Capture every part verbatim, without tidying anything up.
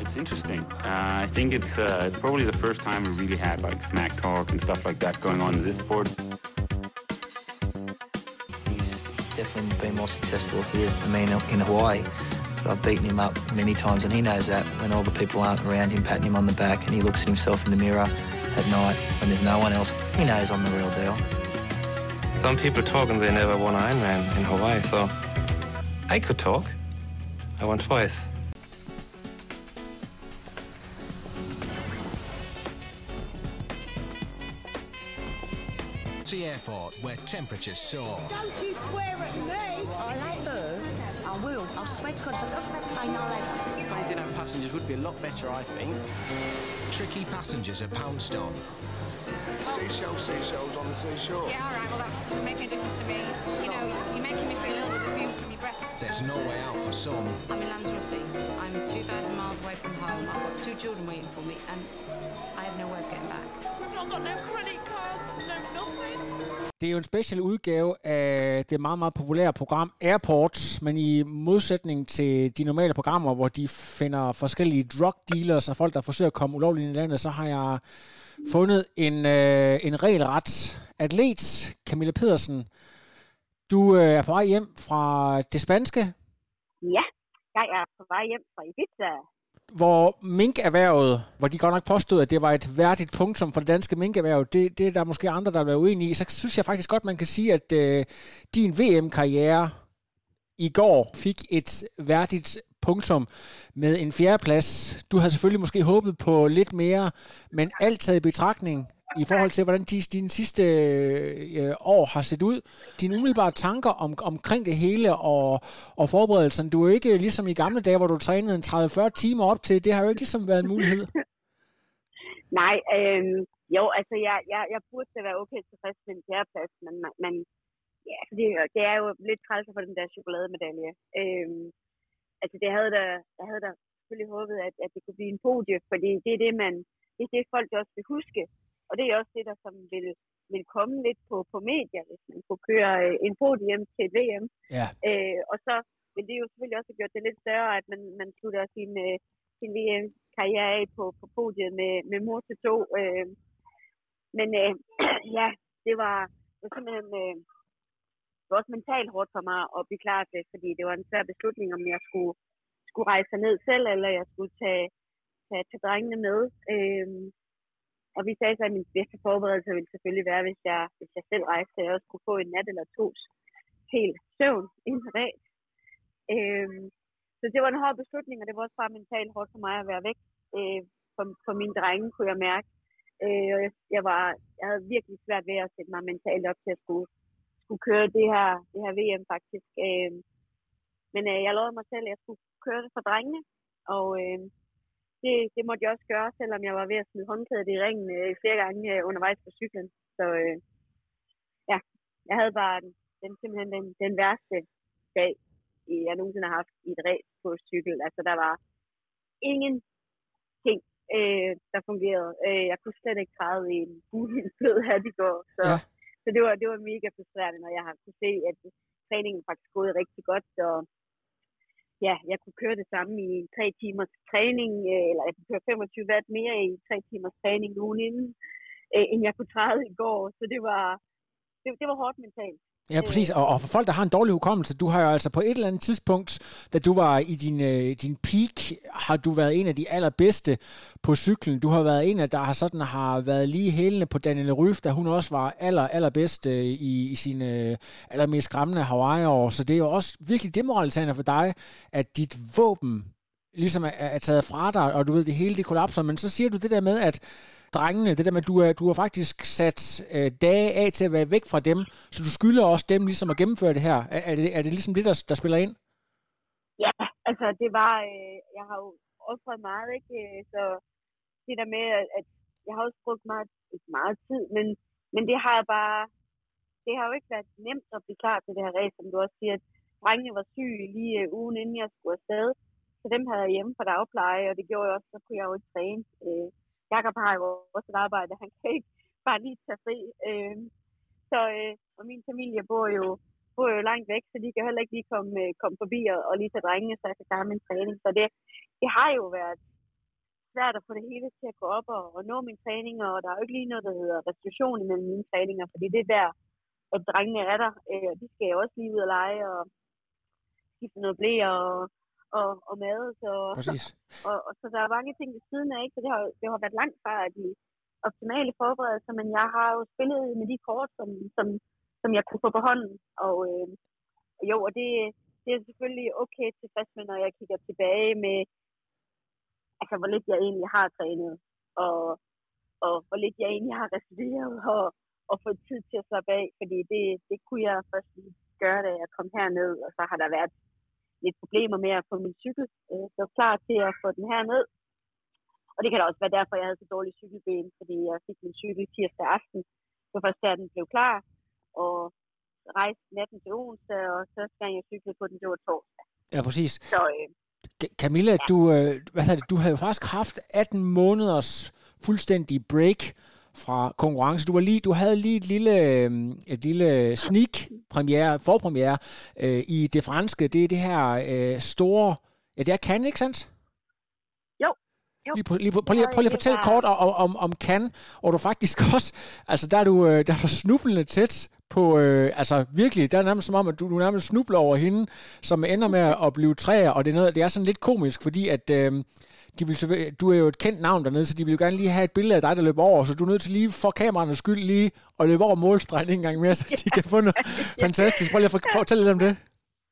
it's interesting. Uh, I think it's uh, it's probably the first time we really had like smack talk and stuff like that going on in this sport. He's definitely been more successful here than me in Hawaii. But I've beaten him up many times, and he knows that when all the people aren't around him patting him on the back, and he looks at himself in the mirror at night when there's no one else, he knows I'm the real deal. Some people talk and they never won Ironman in Hawaii, so I could talk. I won twice. The airport where temperatures soar. Don't you swear at me! I like her. I will. I swear to God, it's a lot of plane I'll have. Planes didn't have passengers would be a lot better, I think. Tricky passengers are pounced on. Seashells, seashells on the seashore. Yeah, all right, well, that doesn't make any difference to me. You know, you're making me feel ill with the fumes from your breath. There's no way out for some. I'm in Lanzarote. I'm two thousand miles away from home. I've got two children waiting for me, and I have no way of getting back. I've not got no credit cards, no nothing. Det er jo en special udgave af det meget, meget populære program Airport, men i modsætning til de normale programmer, hvor de finder forskellige drug dealers og folk, der forsøger at komme ulovligt ind i landet, så har jeg fundet en, øh, en regelret atlet, Camilla Pedersen. Du øh, er på vej hjem fra det spanske. Ja, jeg er på vej hjem fra Ibiza. Hvor minkerhvervet, hvor de godt nok påstod, at det var et værdigt punktum for det danske minkerhverv, det, det er der måske andre, der vil være uenige i, så synes jeg faktisk godt, man kan sige, at øh, din V M-karriere i går fik et værdigt punktum med en fjerdeplads. Du havde selvfølgelig måske håbet på lidt mere, men alt taget i betragtning i forhold til, hvordan de, dine sidste øh, år har set ud. Dine umiddelbare tanker om, omkring det hele og, og forberedelsen. Du er jo ikke ligesom i gamle dage, hvor du trænede en tredive til fyrre timer op til. Det har jo ikke ligesom været en mulighed. Nej, øh, jo, altså jeg, jeg, jeg burde da være okay tilfreds med en fjerdeplads, men, men ja, det, det er jo lidt træls for den der chokolademedalje. Øh, altså det havde da, jeg havde da selvfølgelig håbet, at, at det kunne blive en podie, fordi det er det, man, det er det folk også vil huske. Og det er også det, der som vil, vil komme lidt på, på medier, hvis man kunne køre en podium til et V M. Ja. Øh, og så vil det jo selvfølgelig også have gjort det lidt større, at man, man slutter sin, øh, sin V M-karriere af på, på podiet med, med mor til to. Øh, men øh, ja, det var, det var simpelthen øh, det var også mentalt hårdt for mig at blive klar til, fordi det var en svær beslutning, om jeg skulle, skulle rejse ned selv, eller jeg skulle tage, tage, tage drengene med. Øh, Og vi sagde så, at min bedste forberedelse ville selvfølgelig være, hvis jeg, hvis jeg selv rejste, så jeg også kunne få en nat eller tos helt søvn inden ret. Øhm, så det var en hård beslutning, og det var også bare mentalt hårdt for mig at være væk. Øh, for, for mine drenge kunne jeg mærke. Øh, og jeg, jeg, var, jeg havde virkelig svært ved at sætte mig mentalt op til at skulle, skulle køre det her, det her V M faktisk. Øh, men øh, jeg lovede mig selv, at jeg skulle køre det for drengene, og øh, Det, det måtte jeg også gøre, selvom jeg var ved at smide håndklædet i ringen øh, flere gange øh, undervejs på cyklen. Så øh, ja, jeg havde bare den, den, simpelthen den, den værste dag, jeg nogensinde har haft i et ræs på cykel. Altså der var ingenting, øh, der fungerede. Øh, jeg kunne slet ikke træde i en blød hat i går. Så, ja. så det, var, det var mega frustrerende, når jeg har kunne se, at træningen faktisk gået rigtig godt. Og ja, jeg kunne køre det samme i tre timers træning, eller jeg kunne køre femogtyve watt mere i tre timers træning ugen inden, øh, end jeg kunne træde i går. Så det var, det, det var hårdt mentalt. Ja, præcis. Og, og for folk, der har en dårlig hukommelse, du har jo altså på et eller andet tidspunkt, da du var i din, øh, din peak, har du været en af de allerbedste på cyklen. Du har været en af, der har sådan har været lige hælende på Danielle Ryf, da hun også var aller, allerbedst øh, i, i sine øh, allermest skræmmende Hawaii-år. Så det er jo også virkelig demoraliserende for dig, at dit våben ligesom er, er taget fra dig, og du ved, det hele det kollapser. Men så siger du det der med, at drengene, det der med, at du, er, du har faktisk sat øh, dage af til at være væk fra dem, så du skylder også dem ligesom at gennemføre det her. Er, er, det, er det ligesom det, der, der spiller ind? Ja, altså det var, øh, jeg har jo offret meget, ikke? Så det der med, at jeg har også brugt meget, meget tid, men, men det har bare, det har jo ikke været nemt at blive klar til det her race, som du også siger, at drengene var syge lige øh, ugen inden jeg skulle afsted, så dem havde jeg hjemme for dagpleje, og det gjorde jeg også, så kunne jeg jo ikke træne. Øh, Jakob har jo også et arbejde, han kan ikke bare lige tage fri. Øh, så, øh, og min familie bor jo, bor jo langt væk, så de kan heller ikke lige komme, komme forbi og, og lige tage drengene, så jeg kan klare min træning. Så det, det har jo været svært at få det hele til at gå op og, og nå mine træninger, og der er jo ikke lige noget, der hedder restitution imellem mine træninger, fordi det er der, at drengene er der, øh, og de skal jo også lige ud og lege, og skifte noget blæ og, og, og mad, så, og, og, så der er mange ting ved siden af, ikke? Så det har, det har været langt fra de optimale forberedelser, men jeg har jo spillet med de kort, som, som, som jeg kunne få på hånden, og øh, jo, og det, det er selvfølgelig okay tilfreds med, når jeg kigger tilbage med, altså hvor lidt jeg egentlig har trænet, og, og hvor lidt jeg egentlig har restitueret, og, og fået tid til at slappe af, fordi det, det kunne jeg først gøre, da jeg kom herned, og så har der været lidt problemer med at få min cykel øh, så klar til at få den herned. Og det kan da også være derfor, jeg havde så dårlige cykelben, fordi jeg fik min cykel tirsdag aften. Det var først der, den blev klar, og rejste natten til onsdag, og så skal jeg cykle på den, det var torsdag. Ja, præcis. Så, øh, Camilla, ja. du, øh, hvad det, du havde faktisk haft atten måneders fuldstændig break fra konkurrence. Du var lige, du havde lige et lille, et lille sneak premiere, forpremiere øh, i det franske. Det er det her øh, store, ja, det er Cannes, ikke sandt? Jo. jo. Lige, prøv, lige, prøv, lige, prøv lige at fortælle kort om, om, om Cannes, og du faktisk også, altså der er du, der er du snublende tæt på, øh, altså virkelig, der er nærmest som om, at du, du nærmest snubler over hende, som ender med at blive træer, og det er, noget, det er sådan lidt komisk, fordi at øh, de vil, du er jo et kendt navn dernede, så de vil jo gerne lige have et billede af dig, der løber over, så du er nødt til lige for kameraernes skyld lige at løbe over målstregen en gang mere, så de kan få noget fantastisk. Prøv lige at fortælle lidt om det.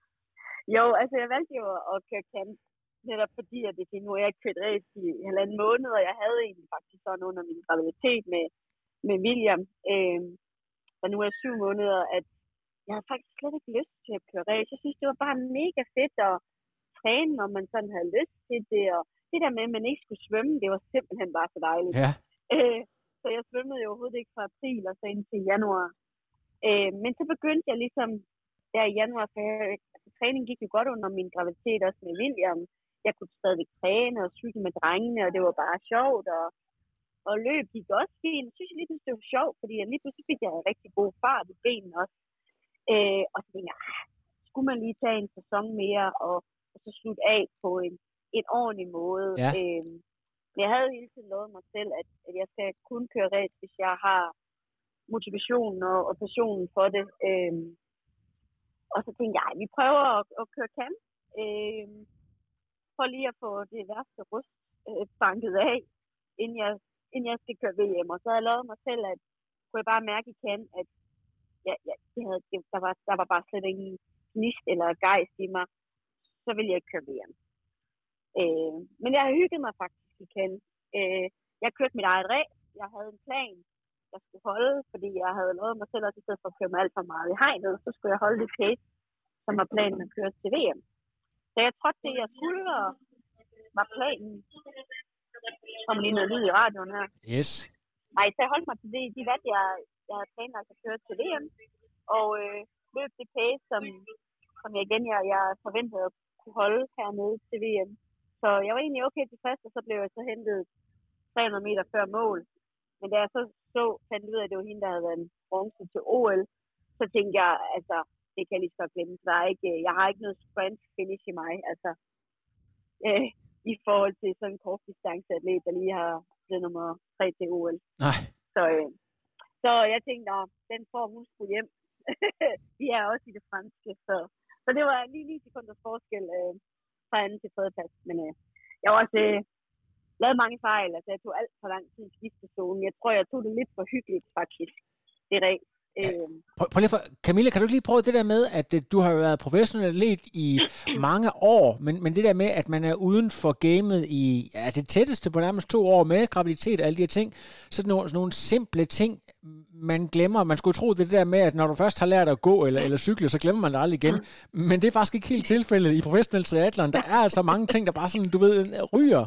Jo, altså jeg valgte jo at køre Cannes, netop fordi, at det nu er jeg kørt race i halvanden måned, og jeg havde egentlig faktisk sådan under min graviditet med, med William, øh, der nu er syv måneder, at jeg havde faktisk slet ikke lyst til at køre race. Jeg synes, det var bare mega fedt at træne, når man sådan havde lyst til det, og det der med, at man ikke skulle svømme, det var simpelthen bare så dejligt. Ja. Øh, så jeg svømmede jo overhovedet ikke fra april og så indtil januar. Øh, men så begyndte jeg ligesom der i januar, for jeg, altså, træning gik jo godt under min graviditet, også med William. Jeg kunne stadigvæk træne og cykle med drengene, og det var bare sjovt, og, og løb gik også fint. Jeg synes lige pludselig, det var sjovt, fordi lige pludselig fik jeg en rigtig god fart i benene også. Øh, og så tænkte jeg, skulle man lige tage en sæson mere, og, og så slutte af på en en ordentlig måde. Ja. Øhm, men jeg havde hele tiden lovet mig selv, at, at jeg skal kun køre race, hvis jeg har motivationen og, og passionen for det. Øhm, og så tænkte jeg, vi prøver at, at køre Cannes, øhm, for lige at få det værste rust øh, banket af, inden jeg, inden jeg skal køre V M. Og så havde jeg lovet mig selv, at kunne jeg bare mærke i Cannes, at ja, ja, det havde, det, der, var, der var bare slet ingen gnist eller gejst i mig, så ville jeg ikke køre V M. Øh, men jeg har hygget mig faktisk i Cannes. Øh, jeg kørte mit eget ræs. Jeg havde en plan, jeg skulle holde, fordi jeg havde lovet mig selv, at i stedet for at køre mig alt for meget i hegnet, så skulle jeg holde det pace, som var planen at køre til V M. Så jeg trådte det, jeg skulle, og var planen. Kom lige noget lyd i radioen her. Yes. Nej, så jeg holdt mig til det, de valg, jeg, jeg havde planlagt at køre til V M, og øh, løb det pace, som, som jeg igen jeg, jeg forventede at kunne holde hernede til V M. Så jeg var egentlig okay tilfreds, og så blev jeg så hentet tre hundrede meter før mål. Men da jeg så så, fandt ud af, at det var hende, der havde været en bronze til O L, så tænkte jeg, altså, det kan jeg lige så godt glemme. Der er ikke, jeg har ikke noget sprint finish i mig, altså, øh, i forhold til sådan en kortdistanceatlet, der lige har blevet nummer tre til O L. Nej. Så, øh, så jeg tænkte, at den får hun skulle hjem. Vi er også i det franske, så, så det var lige ni sekunders forskel, øh, fra anden til tredje plads, men øh, jeg har også øh, lavet mange fejl, altså jeg tog alt for lang tid i skiftezonen. Jeg tror, jeg tog det lidt for hyggeligt, faktisk. Det er rigtigt. Ja. Prøv, prøv lige for, Camilla, kan du lige prøve det der med, at uh, du har været professionel atlet i mange år, men, men det der med, at man er uden for gamet i ja, det tætteste på nærmest to år med graviditet og alle de her ting, sådan nogle, sådan nogle simple ting, man glemmer. Man skulle tro det der med, at når du først har lært at gå eller, eller cykle, så glemmer man det aldrig igen. Men det er faktisk ikke helt tilfældet i professionel triathlon. Der er altså mange ting, der bare sådan, du ved, ryger.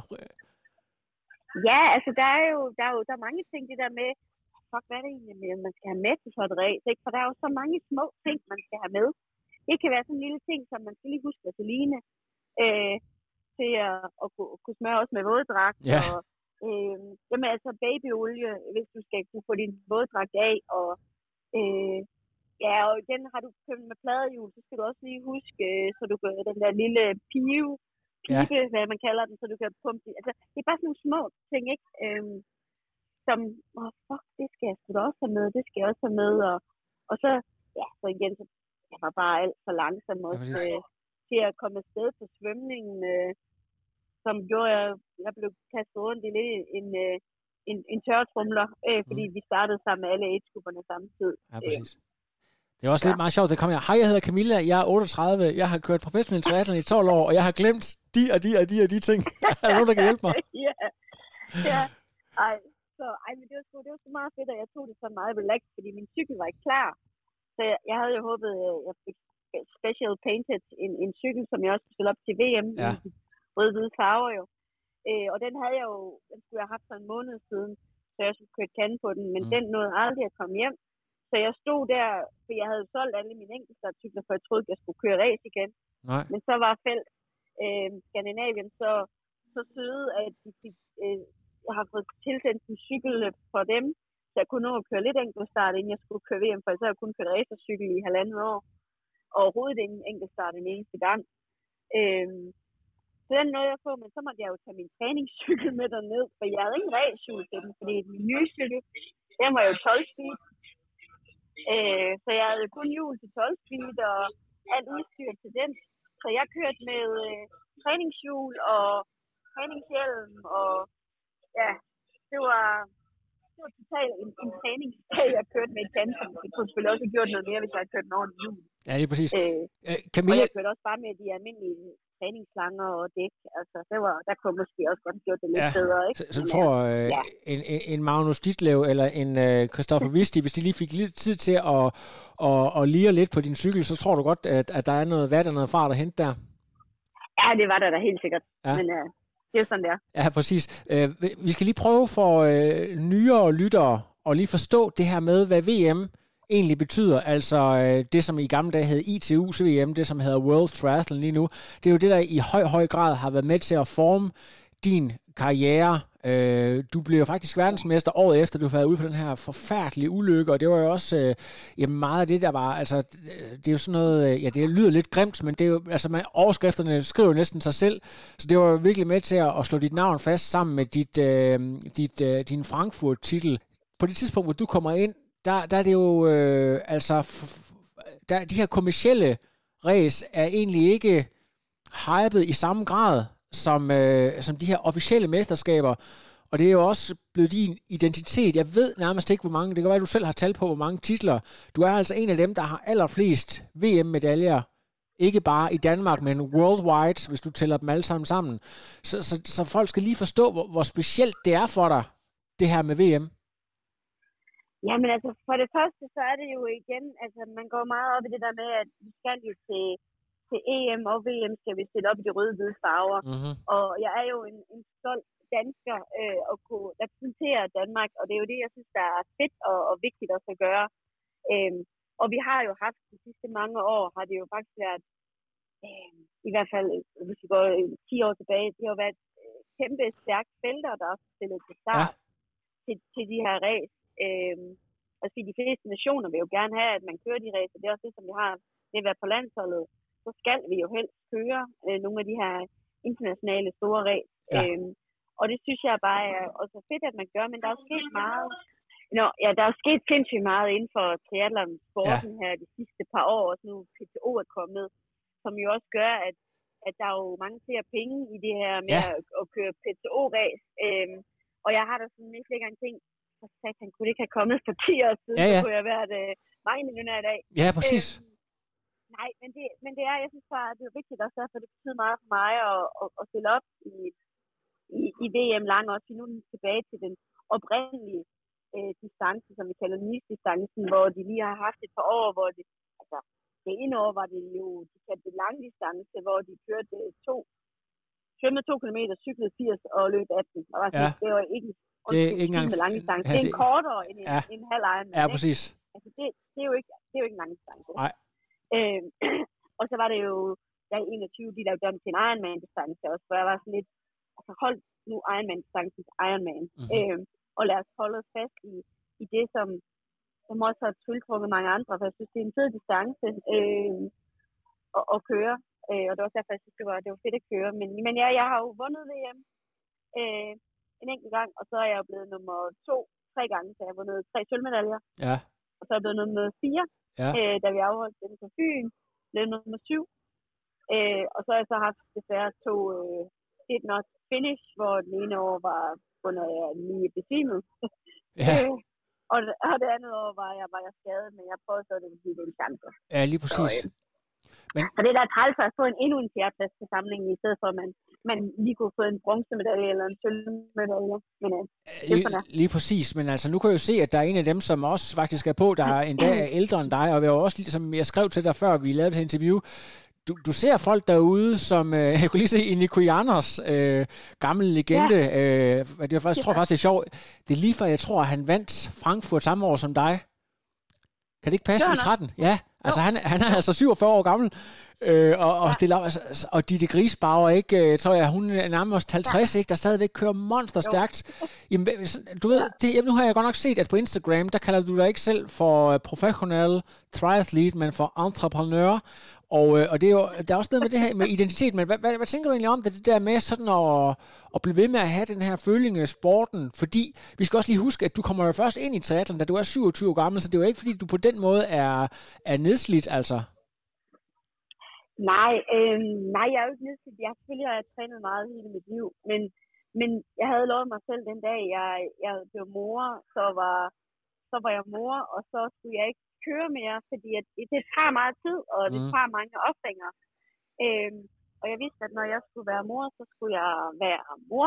Ja, altså der er jo der er jo der er mange ting, det der med, fuck, hvad er det egentlig, man skal have med til for et ræs, ikke? For der er jo så mange små ting, man skal have med. Det kan være sådan en lille ting, som man skal lige huske at line, øh, til at, at, kunne, at kunne smøre også med våddragt. Ja. Og, øh, jamen altså babyolie, hvis du skal kunne få din våddragt af. Og, øh, ja, og den har du købt med pladehjul, så skal du også lige huske, øh, så du gør den der lille pive, pibe, ja. hvad man kalder den, så du kan pumpe det. Altså, det er bare sådan nogle små ting, ikke? Øhm, som, åh, oh, fuck, det skal jeg sgu da også have med, det skal jeg også have med, og, og så, ja, så igen, så jeg var bare alt for langsom også ja, øh, til at komme afsted på svømningen, øh, som gjorde, jeg, jeg blev kastet rundt i lidt en, øh, en, en tørretrumler, øh, fordi mm. vi startede sammen med alle age-grupperne samtidig. Ja, præcis. Øh. Det er også ja. lidt meget sjovt, det kommer her. Hej, jeg hedder Camilla, jeg er otteogtredive, jeg har kørt professionel triathlon i tolv år, og jeg har glemt de og de og de og de ting. Er der nogen, der kan hjælpe mig? ja, ja. Ej, så, ej, men det var, sgu, det var så meget fedt, at jeg tog det så meget relaxed, fordi min cykel var ikke klar. Så jeg, jeg havde jo håbet, at jeg fik special painted en, en cykel, som jeg også skulle stille op til V M ja. i rød-hvide farver jo. Øh, og den havde jeg jo, den skulle jeg have haft for en måned siden, så jeg skulle køre kande på den, men mm. den nåede aldrig at komme hjem. Så jeg stod der, for jeg havde solgt alle mine enkeltstartcykler, for jeg troede, at jeg skulle køre race igen. Nej. Men så var Felt øh, Skandinavien så, så søde, at de fik, øh, jeg har fået tilsendt en cykel for dem, så jeg kunne nå at køre lidt enkeltstart, inden jeg skulle køre V M, for så havde jeg kun kørt racercykel i halvandet år. Og overhovedet ingen enkeltstart den eneste gang. Øh, så den nåede jeg på, men så måtte jeg jo tage min træningscykel med derned, for jeg havde ingen racercykel til den, fordi min nye cykel, den var jo tolv speed. Øh, så jeg havde kun hjul til tolv speed og alt udstyr til den. Så jeg kørte med øh, træningshjul og træningshjelm, og ja, det var, det var totalt en, en træningsdag, jeg kørte med et kant. Jeg kunne selvfølgelig også have gjort noget mere, hvis jeg havde kørt en ordentlig hjul. Ja, det er præcis. Øh, øh, Camilla... Og jeg kørte også bare med de almindelige træningsslanger og dæk. Altså, det var, der kunne jeg måske også godt have gjort det lidt ja, bedre, ikke? Så, så du tror, øh, ja. en, en, en Magnus Ditlev eller en øh, Christoffer Wisti, hvis de lige fik lidt tid til at, at, at lire lidt på din cykel, så tror du godt, at, at der er noget vand og noget fart at hente der? Ja, det var der da helt sikkert. Ja. Men øh, det er sådan, der. Ja, præcis. Øh, vi skal lige prøve for øh, nyere lyttere at lige forstå det her med, hvad V M egentlig betyder, altså øh, det, som i gamle dage hed I T U C V M, det som hedder World Triathlon lige nu, det er jo det, der i høj, høj grad har været med til at forme din karriere. Øh, du blev jo faktisk verdensmester året efter, du havde været ude for den her forfærdelige ulykke, og det var jo også øh, jamen meget af det, der var, altså det er jo sådan noget, ja, det lyder lidt grimt, men det er jo, altså man, overskrifterne skriver jo næsten sig selv, så det var jo virkelig med til at, at slå dit navn fast sammen med dit, øh, dit, øh, din Frankfurt-titel. På det tidspunkt, hvor du kommer ind, Der, der er det jo, øh, altså, f- der, de her kommercielle race er egentlig ikke hypet i samme grad som, øh, som de her officielle mesterskaber. Og det er jo også blevet din identitet. Jeg ved nærmest ikke, hvor mange, det kan være, at du selv har talt på, hvor mange titler. Du er altså en af dem, der har allerflest V M-medaljer. Ikke bare i Danmark, men worldwide, hvis du tæller dem alle sammen sammen. Så, så, så folk skal lige forstå, hvor, hvor specielt det er for dig, det her med V M. Jamen altså, for det første, så er det jo igen, altså man går meget op i det der med, at vi skal jo til, til E M og V M, skal vi stille op i de røde-hvide farver. Mm-hmm. Og jeg er jo en, en stolt dansker øh, at kunne repræsentere Danmark, og det er jo det, jeg synes, der er fedt og, og vigtigt at gøre. Øhm, og vi har jo haft de sidste mange år, har det jo faktisk været, øh, i hvert fald, hvis vi går ti år tilbage, det har været kæmpe stærke felter, der er stillet til start ja. til, til de her race. Øhm, altså de fleste nationer vil jo gerne have, at man kører de racer. Det er også det, som vi har det at være på landsholdet. Så skal vi jo helst køre øh, nogle af de her internationale store race. Ja. Øhm, og det synes jeg bare er også fedt, at man gør, men der er jo sket meget. Nå, ja, der er jo sket sindssygt meget inden for triathlon-sporten ja. her de sidste par år, og nu P T O er kommet, som jo også gør, at, at der er jo mange flere penge i det her med ja. at, at køre P T O-race. Øhm, og jeg har da sådan lidt flere gange tænkt, at han kunne ikke have kommet for ti år siden, ja, ja. så kunne jeg være øh, mange millioner i dag. Ja, præcis. Øhm, nej, men det, men det er, jeg synes bare, det er vigtigt også, for det betyder meget for mig at, at, at stille op i, i, i V M lang, også nu tilbage til den oprindelige øh, distance, som vi kalder Nice-distancen, hvor de lige har haft et par år, hvor det, altså, det ene år var det jo, de kaldte det lang distance, hvor de kørte to, svømmede to kilometer, cyklede firs og løb atten. Og altså, ja. det var ikke det er ikke engang lang distance. Det er en kortere end en, ja. en halv Ironman. Ja, præcis. Altså, det, det, er jo ikke, det er jo ikke en lang distance. Nej. Øhm, og så var det jo, der i enogtyve, de lavede dem til en Ironman-distance også, hvor jeg var sådan lidt, altså hold nu Ironman-distancen til Ironman. Mm-hmm. Øhm, og lad os holde os fast i, i det, som, som også har tiltrukket mange andre, for jeg synes, det er en fed distance øh, at, at køre. Øh, og det var også derfor, jeg synes, det var, det var fedt at køre. Men, men ja, jeg har jo vundet V M øh, en enkelt gang, og så er jeg jo blevet nummer to tre gange, så jeg har vundet tre sølvmedaljer. Ja. Og så er jeg blevet nummer fire, ja. øh, da vi afholdt den på Fyn, blev nummer syv. Øh, og så har jeg så haft desværre to øh, did not finish, hvor den ene år var under jeg lige besvimet. Ja. øh, og, og det andet år var jeg, var jeg skadet, men jeg prøvede så, at det ville blive en chance. Ja, lige præcis. Så, øh, men... Og det der er træls at få en endnu en fjerdeplads til samlingen, i stedet for, at man, man lige kunne få en bronzemedalje eller en sølvmedalje. Men øh, lige, lige præcis, men altså nu kan jeg jo se, at der er en af dem, som også faktisk er på, der er endda er ældre end dig, og jeg var også, som jeg skrev til dig før, vi lavede det her interview, Du, du ser folk derude, som, øh, jeg kunne lige se Nico Janers øh, gamle legende, ja. øh, det var faktisk, jeg tror faktisk, det er sjovt, det er lige før, jeg tror, at han vandt Frankfurt samme år som dig. Kan det ikke passe i tretten? Ja, altså han, han er altså syvogfyrre år gammel, øh, og, og stiller op, altså, og Ditte Griesbauer, ikke, jeg tror jeg, hun er nærmest halvtreds, ikke, der stadigvæk kører monsterstærkt. Jamen, du ved, det, nu har jeg godt nok set, at på Instagram, der kalder du dig ikke selv for professional triathlete, men for entreprenør. Og, og det er jo, der er også noget med det her med identitet, men hvad, hvad, hvad tænker du egentlig om det, det der med sådan at, at blive ved med at have den her føling af sporten? Fordi vi skal også lige huske, at du kommer jo først ind i triathlon, da du er syvogtyve år gammel, så det er jo ikke, fordi du på den måde er, er nedslidt, altså. Nej, øh, nej, jeg er jo ikke nedslidt. Jeg selvfølgelig har jeg trænet meget hele mit liv, men, men jeg havde lovet mig selv den dag, jeg, jeg blev mor, så var, så var jeg mor, og så skulle jeg ikke køre mere, fordi at det, det tager meget tid, og det mm. tager mange ofringer. Øhm, og jeg vidste, at når jeg skulle være mor, så skulle jeg være mor.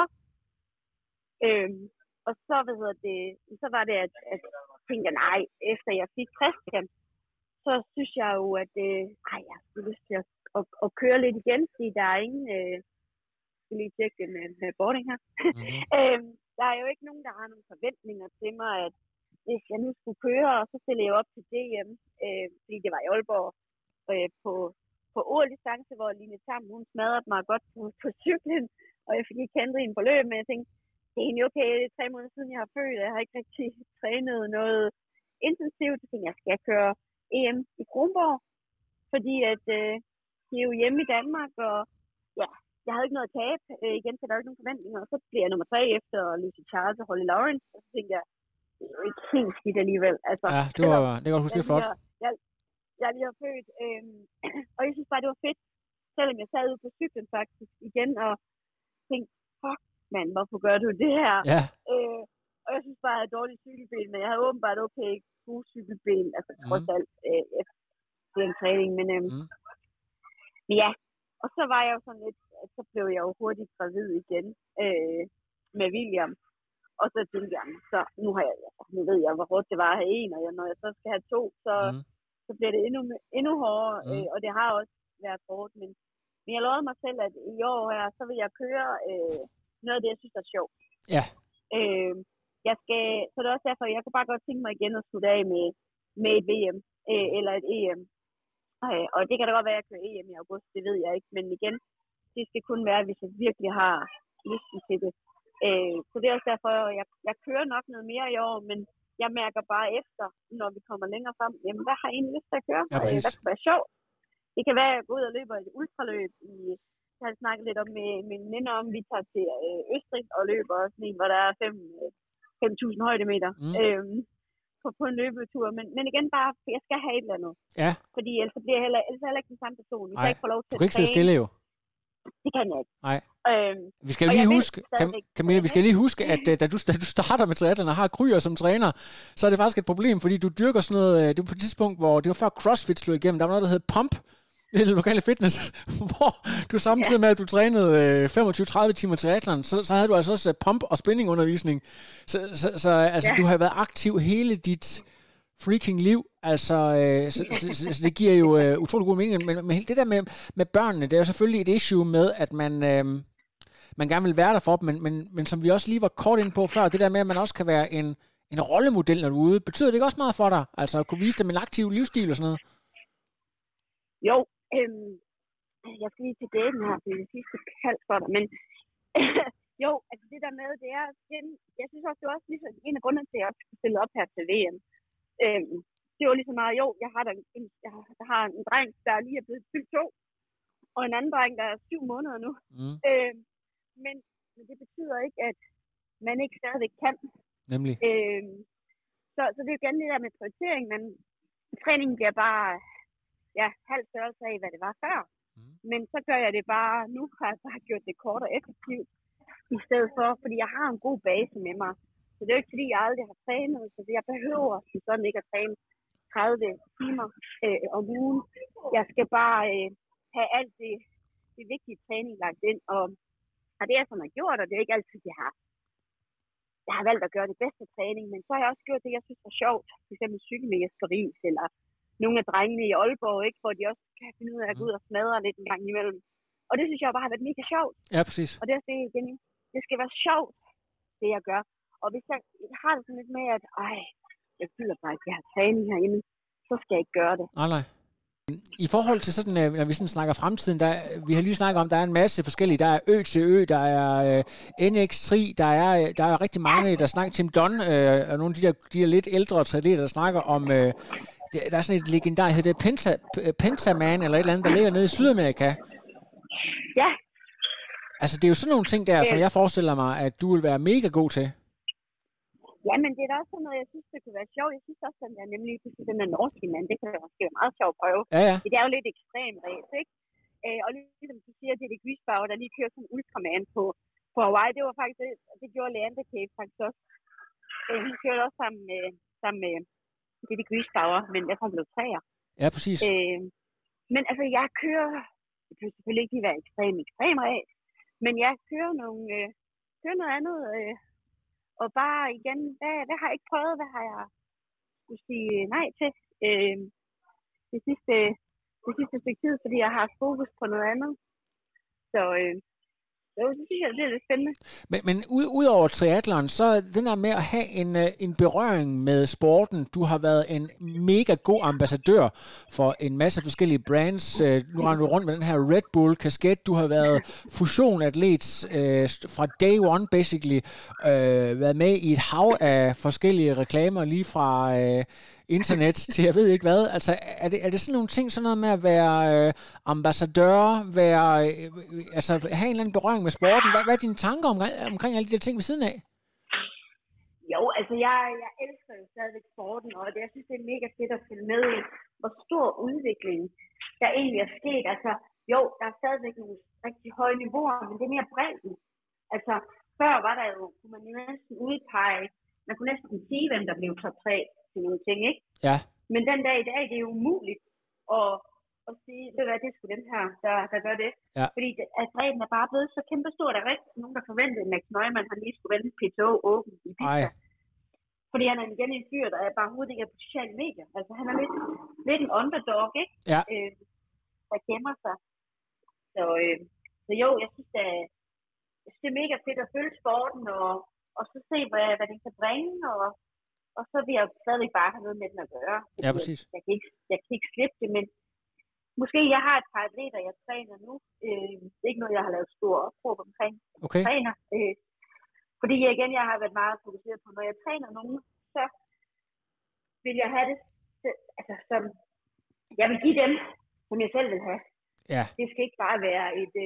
Øhm, og så, hvad hedder det, så var det, at, at jeg tænkte, nej, efter jeg fik Christian, så synes jeg jo, at øh, ej, jeg skulle lyst til at, at, at køre lidt igen, fordi der er ingen, øh, jeg skal lige tjekke det med, med boarding her. Mm. øhm, der er jo ikke nogen, der har nogle forventninger til mig, at hvis jeg nu skulle køre, og så stillede jeg op til D M, øh, fordi det var i Aalborg, øh, på, på O L-distance, hvor Line Tam, hun smadrede mig godt på, på cyklen, og jeg fik ikke kendt en på løb, men jeg tænkte, det er egentlig okay, det er tre måneder siden, jeg har født, jeg har ikke rigtig trænet noget intensivt, så tænkte jeg, skal jeg køre E M i Kronborg, fordi at øh, de er jo hjemme i Danmark, og ja, jeg havde ikke noget at tabe, øh, igen, så der er ikke nogen forventninger, og så bliver jeg nummer tre efter Lucy Charles og Holly Lawrence, og så tænkte jeg, det er jo ikke helt skidt alligevel. Altså, ja, det var, det kan du huske, det er flot. Jeg, jeg, jeg lige har født, øhm, og jeg synes bare, det var fedt, selvom jeg sad ude på cyklen faktisk igen, og tænkte, fuck mand, hvorfor gør du det her? Ja. Øh, og jeg synes bare, jeg havde dårlige cykelben, men jeg havde åbenbart okay gode cykelben, altså mm. trods alt øh, efter den træning, men, øhm, mm. men ja, og så var jeg jo sådan lidt, så blev jeg jo hurtigt gravid igen øh, med William. Og så tænkte jeg, så nu, har jeg, nu ved jeg, hvor hårdt det var at have en, og jeg, når jeg så skal have to, så, mm. så bliver det endnu, endnu hårdere, mm. øh, og det har også været hårdt. Men, men jeg lovede mig selv, at i år her, så vil jeg køre øh, noget af det, jeg synes er sjovt. Ja. Øh, jeg skal, så det er også derfor, jeg kunne bare godt tænke mig igen at slutte af med, med et V M øh, eller et E M. Øh, og det kan da godt være, at jeg kører E M i august, det ved jeg ikke. Men igen, det skal kun være, hvis jeg virkelig har lysten til det. Øh, så det er også derfor, at jeg, jeg kører nok noget mere i år, men jeg mærker bare efter, når vi kommer længere frem, jamen hvad har jeg egentlig lyst til at køre? Ja, øh, hvad kan være sjovt? Det kan være, at jeg går ud og løber et ultraløb. I, jeg har snakket lidt om med mine venner om, vi tager til øh, Østrig og løber sådan en, hvor der er fem tusind højdemeter mm. øh, på, på en løbetur. Men, men igen bare, jeg skal have et eller andet. Ja. Fordi ellers bliver jeg heller, ellers er jeg heller ikke den samme person. Vi kan ikke få lov til du kan ikke sidde stille jo. Det kan jeg ikke. Nej. Øhm, vi skal lige huske, Cam- Camilla, vi skal lige huske, at da du, da du starter med triathlon og har Kryer som træner, så er det faktisk et problem, fordi du dyrker sådan noget, det var på et tidspunkt, hvor det var før CrossFit slog igennem, der var noget, der hed Pump, det er det lokale fitness, hvor du samtidig med, at du trænede femogtyve til tredive timer triathlon, så, så havde du altså også pump- og spinningundervisning. Så, så, så altså, ja. Du har været aktiv hele dit freaking liv, altså, øh, så, så, så, så det giver jo øh, utrolig god mening, men, men det der med, med børnene, det er jo selvfølgelig et issue med, at man, øh, man gerne vil være der for dem, men, men, men som vi også lige var kort inde på før, det der med, at man også kan være en, en rollemodel, når du er ude, betyder det ikke også meget for dig? Altså at kunne vise dem en aktiv livsstil og sådan noget? Jo, øhm, jeg skal lige til daten her, for det sidste kald for dig, men jo, altså det der med, det er, jeg synes også, det er også ligesom en af grundene til, at jeg også skulle stille op her til V M. Øhm, det var ligesom meget, jo, jeg har, der en, jeg, har, jeg har en dreng, der lige er blevet fyldt to, og en anden dreng, der er syv måneder nu. Mm. Øh, men, men det betyder ikke, at man ikke stadigvæk kan. Nemlig. Øh, så, så det er jo igen det der med prioritering, men træningen bliver bare ja, halv størrelse af, hvad det var før. Mm. Men så gør jeg det bare, nu har jeg bare gjort det kort og effektivt, i stedet for, fordi jeg har en god base med mig. Så det er jo ikke, fordi jeg aldrig har trænet, så jeg behøver sådan ikke at træne tredive timer øh, om ugen. Jeg skal bare øh, have alt det, det vigtige træning lagt ind, og, og det er sådan, jeg har gjort, og det er ikke altid, jeg har, jeg har valgt at gøre det bedste træning, men så har jeg også gjort det, jeg synes var sjovt, for eksempel cykel med Jesper Riis, eller nogle af drengene i Aalborg, ikke, hvor de også kan finde ud af at gå ud og smadre lidt en gang imellem. Og det synes jeg bare har været mega sjovt. Ja, præcis. Og det er det igen, det skal være sjovt, det jeg gør. Og hvis jeg har det sådan lidt med, at ej, jeg føler bare, at jeg har træning herhjemme, så skal jeg ikke gøre det. Nej, nej. I forhold til sådan, når vi sådan snakker fremtiden, der, vi har lige snakket om, der er en masse forskellige. Der er Ø til Ø, der er øh, N X tre, der er, der er rigtig mange, der snakker, Tim Dunn, øh, og nogle af de der, de der lidt ældre atleter, der snakker om, øh, der er sådan et legendar, der hedder Penta, Pentaman, eller et eller andet, der ligger nede i Sydamerika. Ja. Altså, det er jo sådan nogle ting der, som jeg forestiller mig, at du vil være mega god til. Ja, men det er da også sådan noget, jeg synes, det kunne være sjovt. Jeg synes også, at den er nemlig den der norske mand, det kan også være meget sjovt at prøve. Ja, ja. Det er jo lidt ekstrem race, ikke? Øh, og ligesom du siger, det er det Grisbauer, der lige kører sådan en Ultraman på, på Hawaii. Det var faktisk det, det gjorde Leander Cave faktisk også. Øh, han kørte også sammen med, sammen med det de Grisbauer, men jeg tror, han blev træer. Ja, præcis. Øh, men altså, jeg kører, det kan selvfølgelig ikke lige være ekstrem, ekstrem race, men jeg kører, nogle, øh, kører noget andet, øh, og bare igen, hvad, hvad har jeg ikke prøvet, hvad har jeg skulle sige nej til øh, det sidste, det sidste stykke tid, fordi jeg har haft fokus på noget andet. Så øh, jo, så synes jeg, det er lidt spændende. Men, men ud, ud over triathlon, så den der med at have en, en berøring med sporten. Du har været en mega god ambassadør for en masse forskellige brands. Nu render du rundt med den her Red Bull kasket. Du har været fusionatlet øh, fra day one, basically. Øh, været med i et hav af forskellige reklamer, lige fra øh, internet til jeg ved ikke hvad. Altså, er det, er det sådan nogle ting, sådan noget med at være øh, ambassadør, være, øh, altså have en eller anden berøring med sporten? Hvad, hvad er dine tanker om, omkring alle de der ting ved siden af? Jo, altså jeg, jeg elsker jo stadigvæk sporten, og det, jeg synes, det er mega fedt at følge med i, hvor stor udvikling der egentlig er sket. Altså, jo, der er stadigvæk nogle rigtig høje niveauer, men det er mere bredden. Altså, før var der jo, kunne man næsten udpege, man kunne næsten sige, hvem der blev top tre til nogle ting, ikke? Ja. Men den dag i dag, det er jo umuligt at, at sige, ved du hvad, det er sgu den her, der, der gør det. Ja. Fordi det, at bredden er bare blevet så kæmpe stor, der er rigtig nogen, der forventede, at Max Neumann har lige skulle vende P T O åben i pizza. Fordi han er igen en fyr, der er bare overhovedet ikke er på sociale medier. Altså han er lidt, lidt en underdog, ikke? Ja. Øh, der gemmer sig. Så, øh, så jo, jeg synes, det er, jeg synes, det er mega fedt at følge sporten, og, og så se, hvad, hvad den kan bringe, og, og så vil jeg stadigvæk bare have noget med den at gøre. Ja, præcis. Jeg, jeg, kan ikke, jeg kan ikke slippe det, men måske jeg har et par atleter, jeg træner nu. Øh, det er ikke noget, jeg har lavet stor opråb omkring. Okay. Jeg træner. Øh, fordi jeg, igen, jeg har været meget fokuseret på, når jeg træner nogen, så vil jeg have det, altså som, jeg vil give dem, som jeg selv vil have. Ja. Det skal ikke bare være et,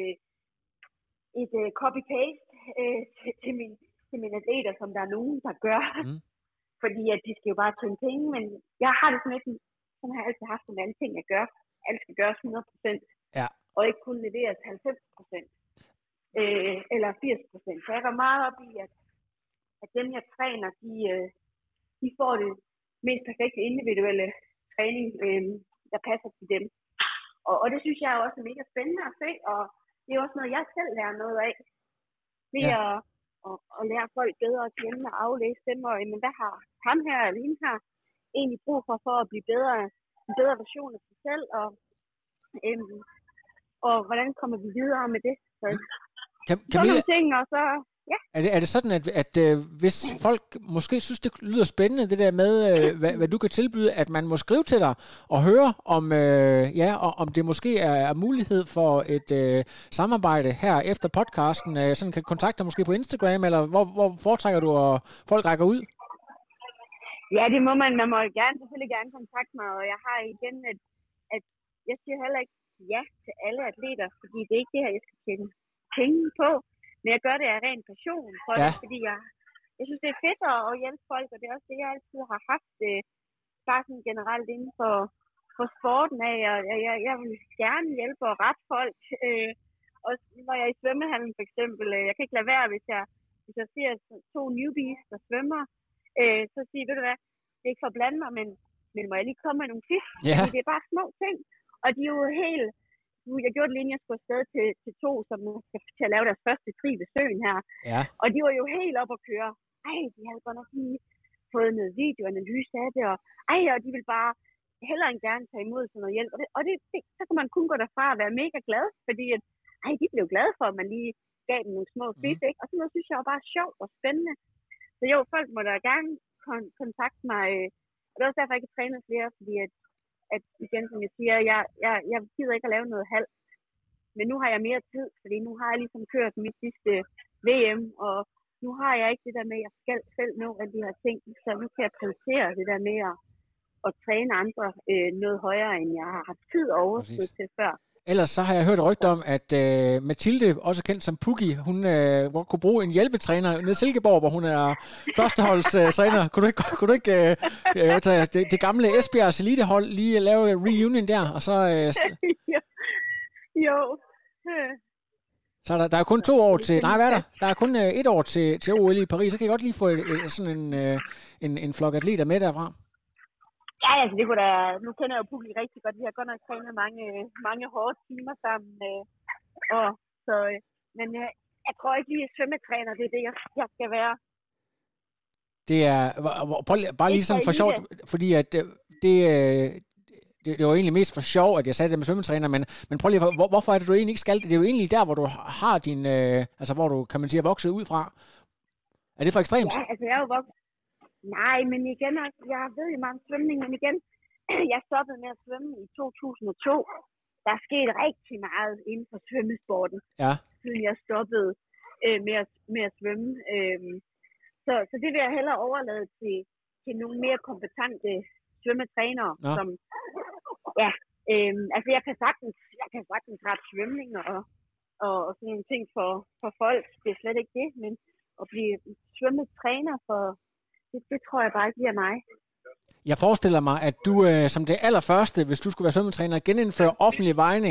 et, et copy-paste øh, til, til, min, til mine atleter, som der er nogen, der gør. Mm. Fordi at de skal jo bare tjene penge, men jeg har det sådan lidt, sådan har jeg altid haft med alle ting, jeg gør. Alt skal gøres hundrede procent, ja. Og ikke kun leveres halvfems procent. Øh, eller firs procent. Så jeg går meget op i, at, at dem, jeg træner, de, de får det mest perfekte individuelle træning, øh, der passer til dem. Og, og det synes jeg er også mega spændende at se, og det er også noget, jeg selv lærer noget af. Ved ja. at, at, at lære folk bedre at kende og aflæse dem, og men hvad har ham her eller hende her egentlig brug for, for at blive bedre, en bedre version af sig selv, og, øhm, og hvordan kommer vi videre med det. Så, Kan, sådan nogle ting, og så, ja. Er det, er det sådan, at, at øh, hvis folk måske synes, det lyder spændende, det der med, øh, hvad, hvad du kan tilbyde, at man må skrive til dig og høre, om, øh, ja, og, om det måske er, er mulighed for et øh, samarbejde her efter podcasten, øh, sådan kan kontakte dig måske på Instagram, eller hvor, hvor foretrækker du, at folk rækker ud? Ja, det må man. Man må gerne, selvfølgelig gerne kontakte mig, og jeg har igen, at, at jeg siger heller ikke ja til alle atleter, fordi det er ikke det her, jeg skal tjene penge på. Men jeg gør det af ren passion for ja. det, fordi jeg, jeg synes, det er fedt at hjælpe folk, og det er også det, jeg altid har haft, øh, bare sådan generelt inden for, for sporten af. Og jeg, jeg, jeg vil gerne hjælpe og rette folk. Øh, også når jeg er i svømmehallen for eksempel. Øh, jeg kan ikke lade være, hvis jeg, hvis jeg ser to newbies, der svømmer, øh, så siger ved du hvad, det er ikke for at blande mig, men, men må jeg lige komme med nogle fisk? Ja. Fordi det er bare små ting. Og de er jo helt... Jeg gjorde det lige, jeg skulle afsted til, til to, som skal til at lave deres første tri ved søen her. Ja. Og de var jo helt op at køre. Ej, de havde godt nok lige fået noget videoanalyse af det, og ej, og de ville bare hellere end gerne tage imod sådan noget hjælp. Og, det, og det, det, så kan man kun gå derfra og være mega glad, fordi at, ej, de blev glade for, at man lige gav dem nogle små fisk, mm. ikke? Og sådan noget synes jeg var bare sjovt og spændende. Så jo, folk må da gerne kon- kontakte mig. Og det er også derfor, jeg ikke træner flere, fordi at at igen, som jeg siger, jeg, jeg, jeg gider ikke at lave noget halvt. Men nu har jeg mere tid, fordi nu har jeg ligesom kørt mit sidste V M, og nu har jeg ikke det der med, at jeg skal selv nå alle de her ting, så nu kan jeg prioritere det der med at, at træne andre øh, noget højere, end jeg har haft tid og overskud til før. Ellers så har jeg hørt rygter om, at øh, Mathilde, også kendt som Pukki, hun øh, kunne bruge en hjælpetræner nede i Silkeborg, hvor hun er førsteholdstræner. Øh, kunne du ikke, kunne du ikke øh, tage det, det gamle Esbjergs elitehold lige lave reunion der, og så... Øh, jo. Så der, der er kun to år til... Nej, hvad er der? Der er kun øh, et år til, til O L i Paris. Så kan jeg godt lige få et, et, sådan en, øh, en, en flok atleter med derfra. Ja, altså det kunne da, nu kender jeg jo Pukki rigtig godt. Vi har godt nok trænet mange, mange hårde timer sammen. Øh, og, så, øh, men øh, jeg tror ikke lige, at svømmetræner, det er det, jeg, jeg skal være. Det er, bare lige sådan for sjovt, fordi at det, det, det var egentlig mest for sjov, at jeg sagde det med svømmetræner, men, men prøv lige, hvor, hvorfor er det, du egentlig ikke skal det? Det er jo egentlig der, hvor du har din, øh, altså hvor du, kan man sige, er vokset ud fra. Er det for ekstremt? Ja, altså jeg er jo vokset. Nej, men igen, jeg ved jo meget om svømning, men igen, jeg stoppede med at svømme i to tusind og to. Der er sket rigtig meget inden for svømmesporten, ja. Siden jeg stoppede øh, med, at, med at svømme. Øhm, så, så det vil jeg hellere overlade til, til nogle mere kompetente svømmetrænere, Nå. som, ja, øhm, altså jeg kan sagtens, jeg kan sagtens rette svømning og, og, og sådan nogle ting for, for folk. Det er slet ikke det, men at blive svømmetræner for Det, det tror jeg bare ikke bliver mig. Jeg forestiller mig, at du øh, som det allerførste, hvis du skulle være svømmetræner, genindføre offentlig vejning.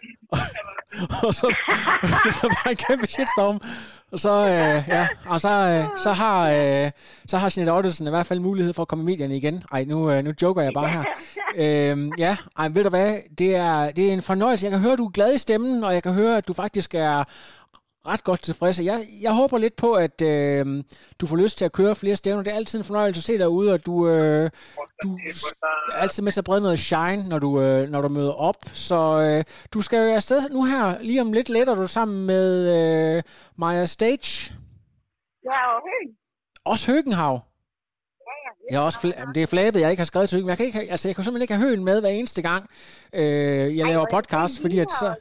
Og så er bare en kæmpe shitstorm. Og så, øh, ja, og så, øh, så har, øh, så har Jeanette Ottesen i hvert fald mulighed for at komme i medierne igen. Ej, nu, øh, nu joker jeg bare her. Øh, ja, ej, ved du hvad, det er, det er en fornøjelse. Jeg kan høre, at du er glad i stemmen, og jeg kan høre, at du faktisk er ret godt tilfredse. Jeg, jeg håber lidt på, at øh, du får lyst til at køre flere stævner. Det er altid en fornøjelse at se dig ude, og du, øh, du er altid med at brede noget shine, når du, øh, når du møder op. Så øh, du skal jo afsted nu her, lige om lidt let, og du er sammen med øh, Maja Stage. Ja, og Høgen. Også Høgenhav. Ja, ja. Jeg er også fl- det er flabet, jeg ikke har skrevet til Høgen. Jeg kan, ikke, altså, jeg kan simpelthen ikke have Høgen med hver eneste gang, øh, jeg laver podcast, fordi at så...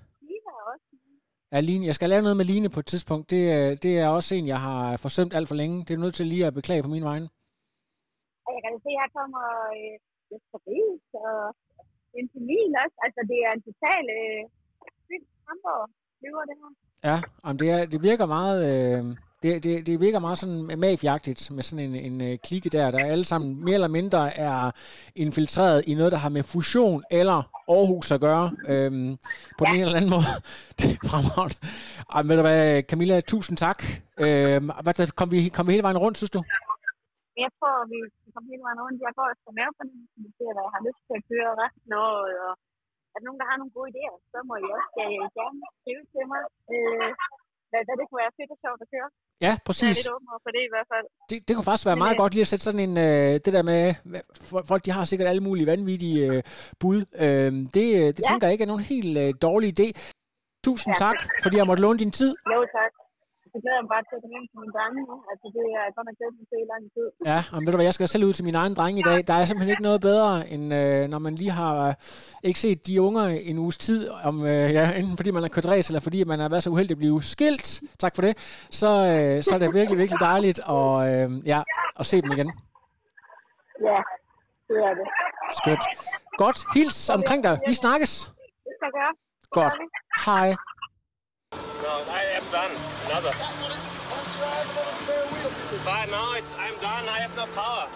Ja, Line. Jeg skal lave noget med Line på et tidspunkt. Det, det er også en, jeg har forsømt alt for længe. Det er nødt til lige at beklage på min vegne. Jeg kan se, at her kommer øh, Paris og Emil også. Altså, det er en total øh, Hamburg løber det her. Ja, om det, er, det virker meget... Øh, det, det, det virker meget sådan mafiagtigt med sådan en, en øh, klikke der, der alle sammen mere eller mindre er infiltreret i noget, der har med fusion eller Aarhus at gøre, øhm, på ja. den ene eller anden måde. Det er fremragende. Ej, ved du hvad, Camilla, tusind tak. Øhm, hvad, kom, vi, kom vi hele vejen rundt, synes du? Jeg tror, vi kom hele vejen rundt. Jeg går efter mavefornemmelsen, vi ser, hvad jeg har lyst til at køre resten af året, og at nogen, der har nogle gode idéer, så må I også uh, gerne skrive til mig, uh, hvad, hvad det kunne være fedt og sjovt at køre. Ja, præcis. Jeg er lidt åben for det i hvert fald. Det, det kunne faktisk være meget godt lige at sætte sådan en, øh, det der med, folk de har sikkert alle mulige vanvittige øh, bud. Øh, det det ja. tænker jeg ikke er nogen helt øh, dårlig idé. Tusind ja. tak, fordi jeg måtte låne din tid. Jo, tak. Jeg glæder mig bare til at komme ind til mine drenge nu. Altså, det er godt nok glædet mig til i lang tid. Ja, og ved du hvad, jeg skal selv ud til mine egne drenge i dag. Der er simpelthen ikke noget bedre, end øh, når man lige har øh, ikke set de unger en uges tid, om, øh, ja, enten fordi man har kørt ræs, eller fordi man har været så uheldig at blive skilt. Tak for det. Så, øh, så er det virkelig, virkelig dejligt at, øh, ja, at se dem igen. Ja, det er det. Skønt. Godt. Hils omkring dig. Vi snakkes. Det skal jeg gøre. Godt. Hej. No, I am done. Another. Fine, no, it's, I'm done. I have no power.